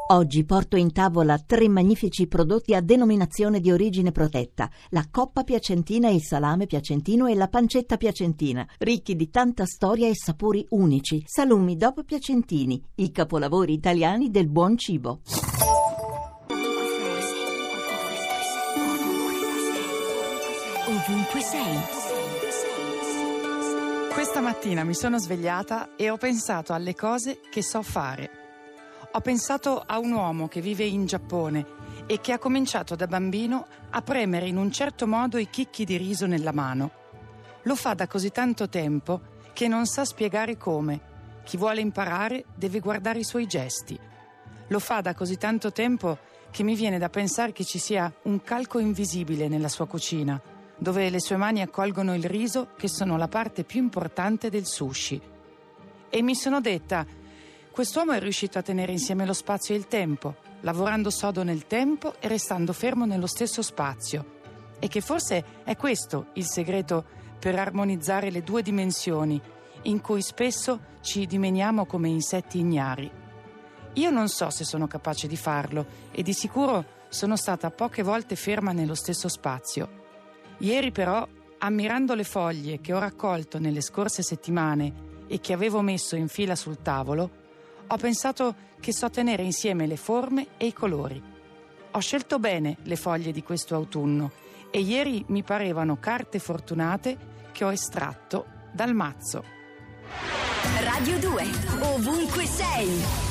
Oggi porto in tavola 3 magnifici prodotti a denominazione di origine protetta: la coppa piacentina, il salame piacentino e la pancetta piacentina, ricchi di tanta storia e sapori unici. Salumi DOP Piacentini, i capolavori italiani del buon cibo. Ovunque sei. Questa mattina mi sono svegliata e ho pensato alle cose che so fare. Ho pensato a un uomo che vive in Giappone e che ha cominciato da bambino a premere in un certo modo i chicchi di riso nella mano. Lo fa da così tanto tempo che non sa spiegare come. Chi vuole imparare deve guardare i suoi gesti. Lo fa da così tanto tempo che mi viene da pensare che ci sia un calco invisibile nella sua cucina, dove le sue mani accolgono il riso, che sono la parte più importante del sushi. E mi sono detta: quest'uomo è riuscito a tenere insieme lo spazio e il tempo, lavorando sodo nel tempo e restando fermo nello stesso spazio. E che forse è questo il segreto per armonizzare le 2 dimensioni, in cui spesso ci dimentichiamo come insetti ignari. Io non so se sono capace di farlo, e di sicuro sono stata poche volte ferma nello stesso spazio. Ieri però, ammirando le foglie che ho raccolto nelle scorse settimane e che avevo messo in fila sul tavolo, ho pensato che so tenere insieme le forme e i colori. Ho scelto bene le foglie di questo autunno e ieri mi parevano carte fortunate che ho estratto dal mazzo. Radio 2, ovunque sei.